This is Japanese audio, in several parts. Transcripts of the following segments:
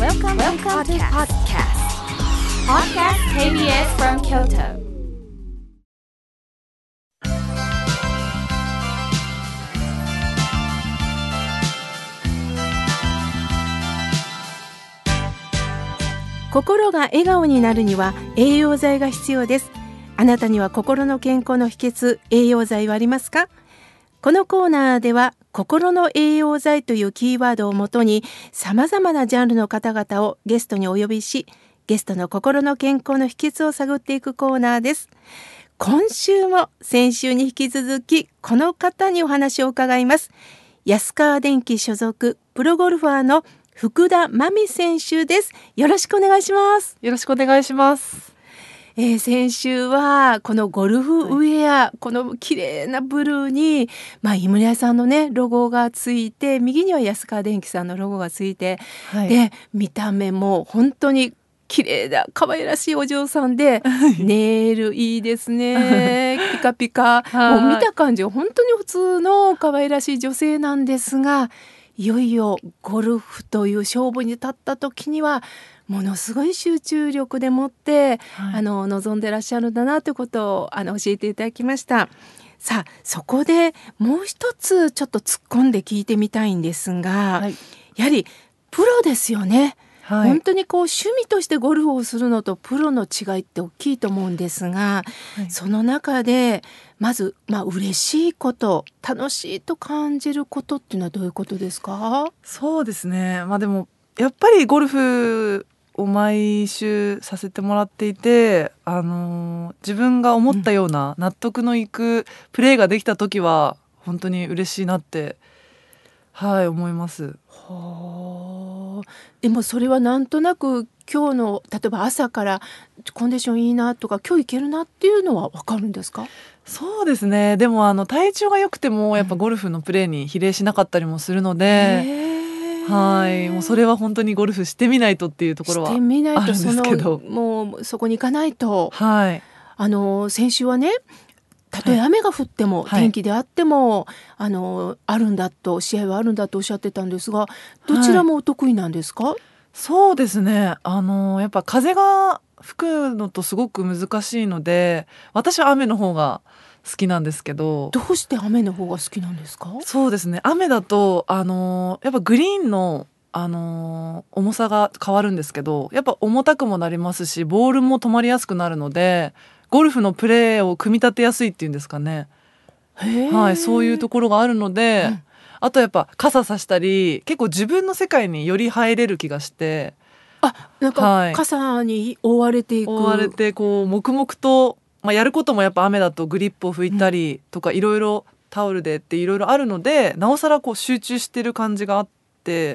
Welcome to podcast. Podcast KBS from Kyoto. 心が笑顔になるには栄養剤が必要です。あなたには心の健康の秘訣、栄養剤はありますか？このコーナーでは心の栄養剤というキーワードをもとに様々なジャンルの方々をゲストにお呼びし、ゲストの心の健康の秘訣を探っていくコーナーです。今週も先週に引き続きこの方にお話を伺います。安川電機所属プロゴルファーの福田真美選手です。よろしくお願いします。 よろしくお願いします。 先週はこのゴルフウェア、この綺麗なブルーに、井村屋さんのねロゴがついて、右には安川電機さんのロゴがついて、で見た目も本当に綺麗だ可愛らしいお嬢さんで、ネイルいいですねピカピカ、もう見た感じは本当に普通の可愛らしい女性なんですが、いよいよゴルフという勝負に立った時にはものすごい集中力でもって、望んでらっしゃるんだなということを教えていただきました。さあ、そこでもう一つちょっと突っ込んで聞いてみたいんですが、やはりプロですよね。本当に趣味としてゴルフをするのとプロの違いって大きいと思うんですが、その中でまず、嬉しいこと、楽しいと感じることっていうのはどういうことですか？ そうですね、でもやっぱりゴルフを毎週させてもらっていて、自分が思ったような納得のいくプレーができた時は本当に嬉しいなって思います。 でもそれはなんとなく今日の例えば朝からコンディションいいなとか今日いけるなっていうのは分かるんですか？ そうですね、でも体調が良くてもやっぱゴルフのプレーに比例しなかったりもするので、もうそれは本当にゴルフしてみないとっていうところはあるんですけど、 もうそこに行かないと、先週はね、たとえ雨が降っても、天気であってもあるんだと、試合はあるんだとおっしゃってたんですが、どちらもお得意なんですか？ そうですね、やっぱ風が吹くのとすごく難しいので、私は雨の方が好きなんですけど。 どうして雨の方が好きなんですか？ そうですね、雨だとやっぱグリーンの重さが変わるんですけど、やっぱ重たくもなりますし、ボールも止まりやすくなるので、ゴルフのプレーを組み立てやすいっていうんですかね。そういうところがあるので、あとやっぱ傘さしたり、結構自分の世界により入れる気がして、 なんか傘に覆われて黙々と、やることもやっぱ雨だとグリップを拭いたりとか、いろいろタオルでっていろいろあるので、なおさら集中してる感じがあって、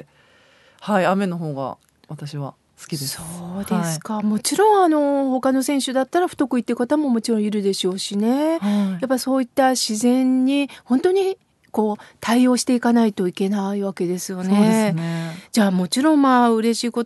雨の方が私は好きです。 そうですか。もちろん他の選手だったら不得意っていう方ももちろんいるでしょうしね、やっぱそういった自然に本当に対応していかないといけないわけですよね。 そうですね。 じゃあもちろん嬉しいこと、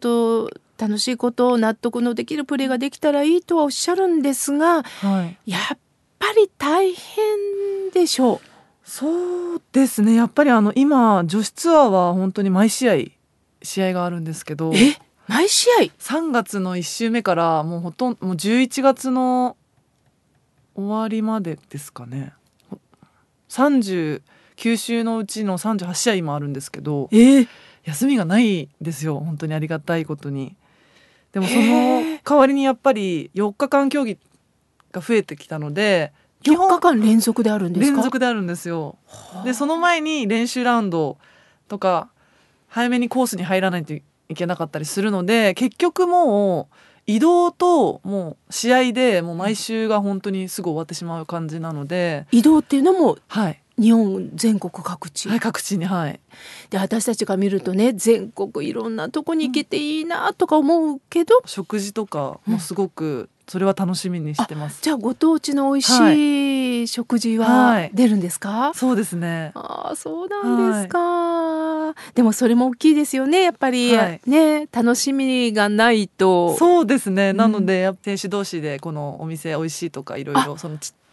楽しいこと、納得のできるプレーができたらいいとはおっしゃるんですが、やっぱり大変でしょう。 そうですね、やっぱり今女子ツアーは本当に毎試合があるんですけど、 毎試合 3月の1週目からもう11月の終わりまでですかね、39週のうちの38試合今あるんですけど、休みがないですよ、本当にありがたいことに。でもその代わりにやっぱり4日間競技が増えてきたので、 4日間連続であるんですか？ 連続であるんですよ。でその前に練習ラウンドとか早めにコースに入らないといけなかったりするので、結局もう移動ともう試合でもう毎週が本当にすぐ終わってしまう感じなので。 移動っていうのも、日本全国各地、 各地に、 で私たちが見るとね、全国いろんなとこに行けていいなとか思うけど、 食事とかもすごくそれは楽しみにしてます。 じゃあご当地の美味しい食事は出るんですか？ そうですね。 そうなんですか。でもそれも大きいですよね、やっぱり、楽しみがないと。 そうですね、なので選手同士でこのお店美味しいとかいろいろ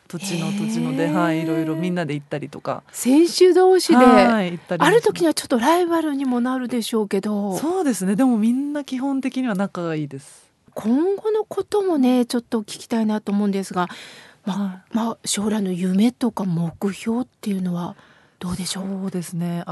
土地ので、はい、いろいろみんなで行ったりとか、 選手同士で、 はい、行ったりある時にはちょっとライバルにもなるでしょうけど、 そうですね。でもみんな基本的には仲がいいです。 今後のこともねちょっと聞きたいなと思うんですが、将来の夢とか目標っていうのはどうでしょう。 そうですね、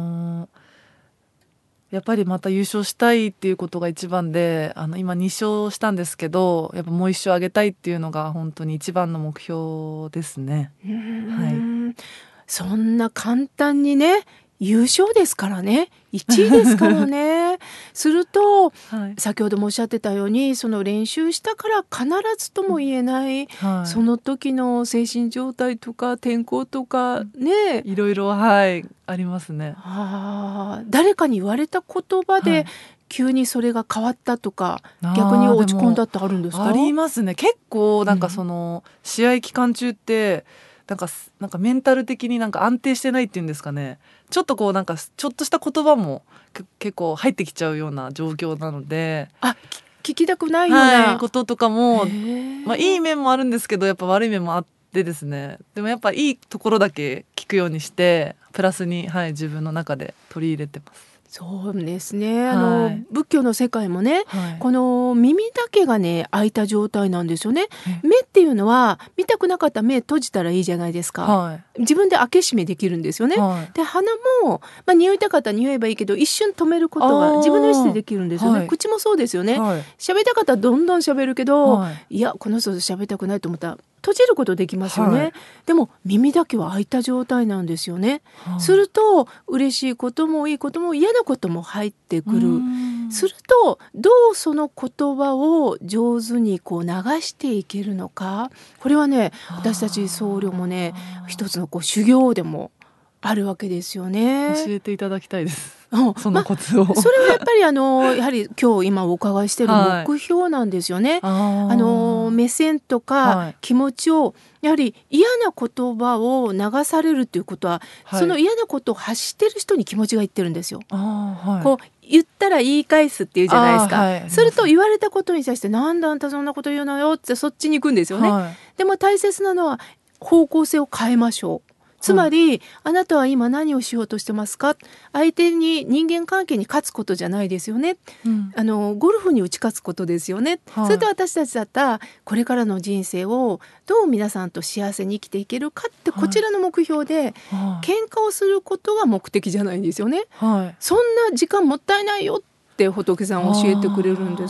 やっぱりまた優勝したいっていうことが一番で、今2勝したんですけど、やっぱもう1勝上げたいっていうのが本当に一番の目標ですね。はい、 そんな簡単にね優勝ですからね、1位ですからねすると、 はい、 先ほどもおっしゃってたようにその練習したから必ずとも言えない、 はい、 その時の精神状態とか天候とかね、 いろいろ、はい、ありますね。 誰かに言われた言葉で、 はい、 急にそれが変わったとか逆に落ち込んだってあるんですか。 ありますね。結構なんかその、試合期間中ってなんかメンタル的になんか安定してないっていうんですかね。ちょっとこうなんかちょっとした言葉も結構入ってきちゃうような状況なので、 聞きたくないような、 こととかも、いい面もあるんですけどやっぱ悪い面もあってですね。でもやっぱいいところだけ聞くようにしてプラスに、自分の中で取り入れてます。 そうですね、仏教の世界もね、この耳だけがね開いた状態なんですよね。目っていうのは見たくなかったら目閉じたらいいじゃないですか、自分で開け閉めできるんですよね、で鼻も、匂いたかったら匂えばいいけど一瞬止めることが自分の意思でできるんですよね、口もそうですよね、喋りたかったらどんどん喋るけど、いやこの人と喋りたくないと思ったら閉じることできますよね、でも耳だけは開いた状態なんですよね、すると嬉しいこともいいことも嫌なことも入ってくる。するとどうその言葉を上手にこう流していけるのか、これはね私たち僧侶もね一つのこう修行でもあるわけですよね。 教えていただきたいです、そのコツを。 それはやっぱりやはり今日今お伺いしている目標なんですよね、目線とか気持ちをやはり嫌な言葉を流されるということは、その嫌なことを発してる人に気持ちがいってるんですよ、こう言ったら言い返すっていうじゃないですか、すると言われたことに対してなんであんたそんなこと言うのよってそっちに行くんですよね、でも大切なのは方向性を変えましょう。つまり、あなたは今何をしようとしてますか、相手に人間関係に勝つことじゃないですよね、ゴルフに打ち勝つことですよね、それと私たちだったらこれからの人生をどう皆さんと幸せに生きていけるかってこちらの目標で、喧嘩をすることが目的じゃないんですよね、そんな時間もったいないよって仏さん教えてくれるんです。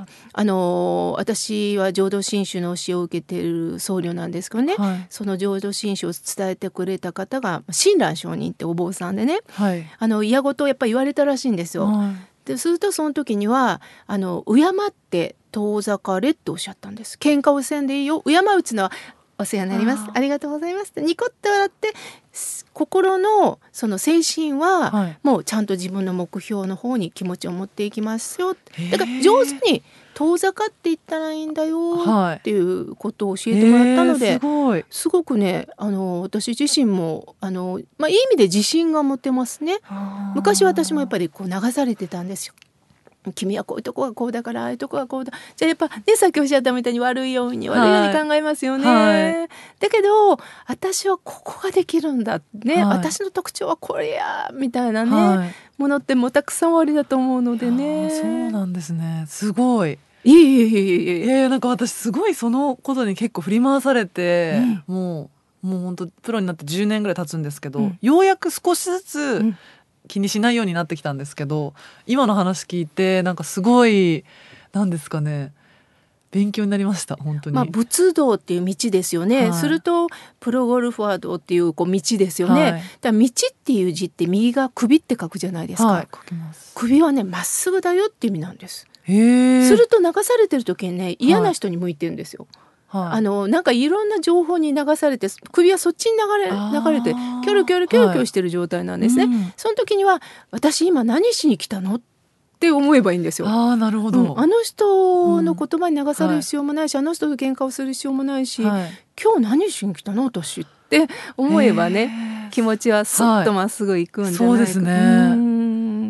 私は浄土真宗の教えを受けている僧侶なんですけどね、その浄土真宗を伝えてくれた方が親鸞上人ってお坊さんでね、嫌事をやっぱり言われたらしいんですよ、でするとその時には敬って遠ざかれっておっしゃったんです。喧嘩をせんでいいよ、敬うつのはお世話になります、ありがとうございますってニコッと笑って心のその精神はもうちゃんと自分の目標の方に気持ちを持っていきますよ、だから上手に遠ざかっていったらいいんだよっていうことを教えてもらったので、すごくね私自身もいい意味で自信が持てますね。昔私もやっぱりこう流されてたんですよ。君はこういうとこがこうだからああいうとこがこうだ、じゃあやっぱねさっきおっしゃったみたいに悪いように考えますよね、だけど私はここができるんだね、私の特徴はこれやみたいなね、ものってもうたくさんおありだと思うのでね。 そうなんですね、すごい。なんか私すごいそのことに結構振り回されて、もう本当プロになって10年ぐらい経つんですけど、ようやく少しずつ気にしないようになってきたんですけど、今の話聞いてなんかすごいなんですかね、勉強になりました本当に。 仏道っていう道ですよね、するとプロゴルファー道っていう道ですよね、だから道っていう字って右が首って書くじゃないですか、 書きます。 首はねまっすぐだよって意味なんです。すすると流されてる時にね嫌な人に向いてるんですよ、なんかいろんな情報に流されて首はそっちに流れてキョロキョロキョロキョロしてる状態なんですね、その時には私今何しに来たのって思えばいいんですよ。 なるほど、 あの人の言葉に流される必要もないし、あの人と喧嘩をする必要もないし、今日何しに来たの私って思えばね気持ちはスッとまっすぐいくんじゃないか、 そうですね。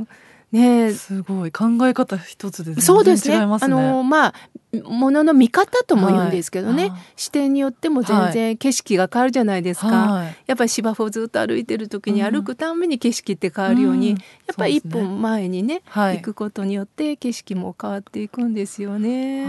ね、 すごい考え方一つでそうですね。 全然違いますね。 ものの見方とも言うんですけどね、 はい、 視点によっても全然景色が変わるじゃないですか、 はい、 やっぱり芝生をずっと歩いてる時に歩くたんびに景色って変わるように、やっぱり一歩前にね、 はい、 行くことによって景色も変わっていくんですよね。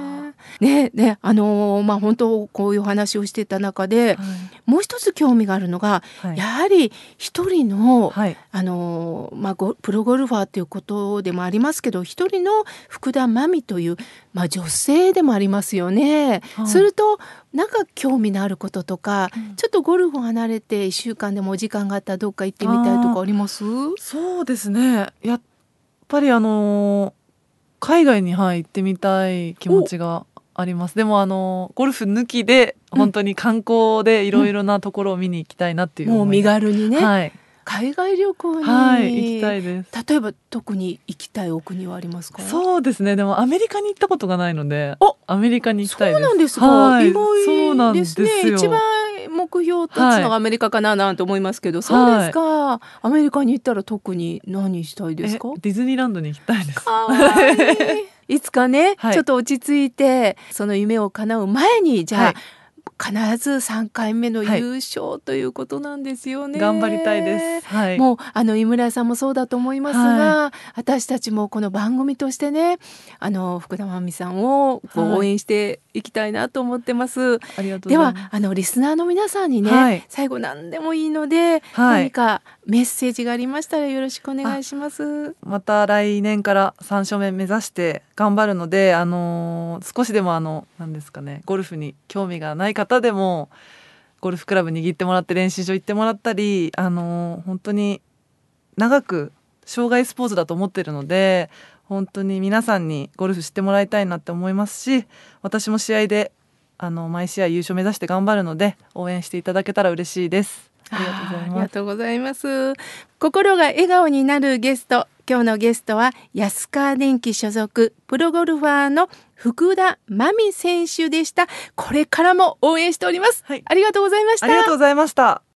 本当こういう話をしてた中で、もう一つ興味があるのが、やはり一人の、プロゴルファーということでもありますけど、一人の福田真美という、女性でもありますよね。するとなんか興味のあることとか、ちょっとゴルフを離れて1週間でもお時間があったらどっか行ってみたいとかあります？ そうですね、やっぱり海外に、行ってみたい気持ちがあります。でもゴルフ抜きで本当に観光でいろいろなところを見に行きたいなっていう思いが、 もう身軽にね、海外旅行に、 行きたいです。 例えば特に行きたいお国はありますか？ そうですね、でもアメリカに行ったことがないので、アメリカに行きたいです。 そうなんですか、意そうなんです外ですね。 よ。 一番目標立つのがアメリカかななんて思いますけど、そうですか。アメリカに行ったら特に何したいですか？ ディズニーランドに行きたいです。 かわいい。いつかね、ちょっと落ち着いてその夢を叶う前に、じゃあ、必ず3回目の優勝ということなんですよね。 頑張りたいです。 もう井村屋さんもそうだと思いますが、私たちもこの番組としてね、福田真美さんを応援していきたいなと思ってます。 ありがとうございます。 ではリスナーの皆さんにね、最後何でもいいので、何かメッセージがありましたらよろしくお願いします。 また来年から3勝目目指して頑張るので、少しでも何ですかね、ゴルフに興味がない方でもゴルフクラブ握ってもらって練習場行ってもらったり、本当に長く生涯スポーツだと思ってるので、本当に皆さんにゴルフ知ってもらいたいなって思いますし、私も試合で毎試合優勝目指して頑張るので応援していただけたら嬉しいです。ありがとうございます。 ありがとうございます。心が笑顔になるゲスト、今日のゲストは安川電機所属プロゴルファーの福田真美選手でした。これからも応援しております。ありがとうございました。 ありがとうございました。